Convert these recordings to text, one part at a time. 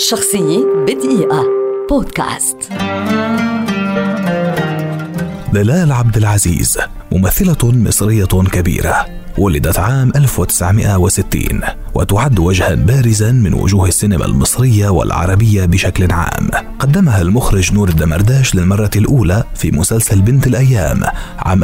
شخصية بدقيقة بودكاست. دلال عبد العزيز ممثلة مصرية كبيرة، ولدت عام 1960 وتعد وجها بارزا من وجوه السينما المصرية والعربية بشكل عام. قدمها المخرج نور الدمرداش للمرة الأولى في مسلسل بنت الأيام عام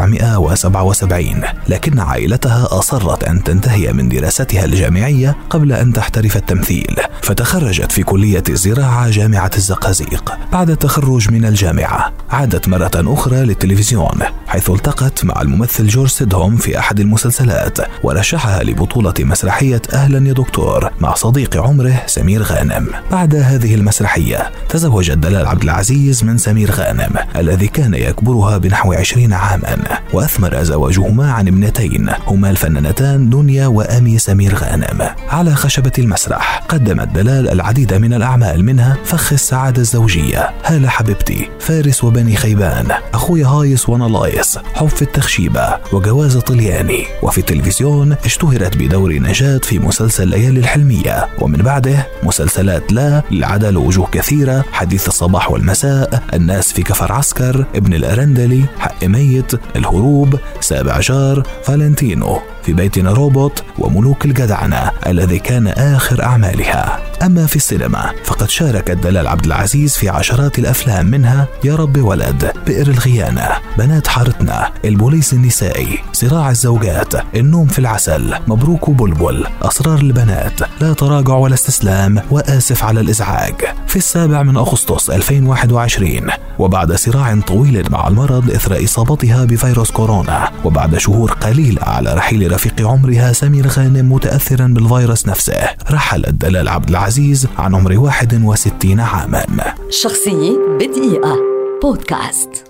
1977، لكن عائلتها أصرت أن تنتهي من دراستها الجامعية قبل أن تحترف التمثيل، فتخرجت في كلية الزراعة جامعة الزقازيق. بعد التخرج من الجامعة عادت مرة أخرى للتلفزيون، حيث التقت مع الممثل جورج سيدهم في أحد المسلسلات ورشحها لبطولة مسرحية أهلا يا دكتور مع صديق عمره سمير غانم. بعد هذه المسرحية تزوجت دلال عبد العزيز من سمير غانم الذي كان يكبرها بنحو 20 عاما، وأثمر زواجهما عن ابنتين هما الفنانتان دنيا وأمي سمير غانم. على خشبة المسرح قدمت دلال العديد من الأعمال، منها فخ السعادة الزوجية، هالة حبيبتي، فارس وبني خيبان، أخويا هايص وانا لايص، حب في التخشيبة، وجواز طلياني. وفي التلفزيون اشتهرت بدور نجاة في مسلسل ليالي الحلمية، ومن بعده مسلسلات لا للعدل وجوه كثيرة، حديث الصباح والمساء، الناس في كفر عسكر، ابن الأرندلي، حق ميت، الهروب، سابع جار، فالنتينو، في بيتنا روبوت، وملوك الجدعنة الذي كان آخر أعمالها. أما في السينما فقد شاركت دلال عبد العزيز في عشرات الأفلام، منها يا رب ولد، بئر الغيانة، بنات حارتنا، البوليس النسائي، صراع الزوجات، النوم في العسل، مبروك وبلبل، أسرار البنات، لا تراجع ولا استسلام، وآسف على الإزعاج. في 7 أغسطس 2021، وبعد صراع طويل مع المرض إثر إصابتها بفيروس كورونا، وبعد شهور قليلة على رحيل رفيق عمرها سمير غانم متأثرا بالفيروس نفسه، رحلت دلال عبد العزيز عن عمر 61 عاما. شخصية بدقيقة بودكاست.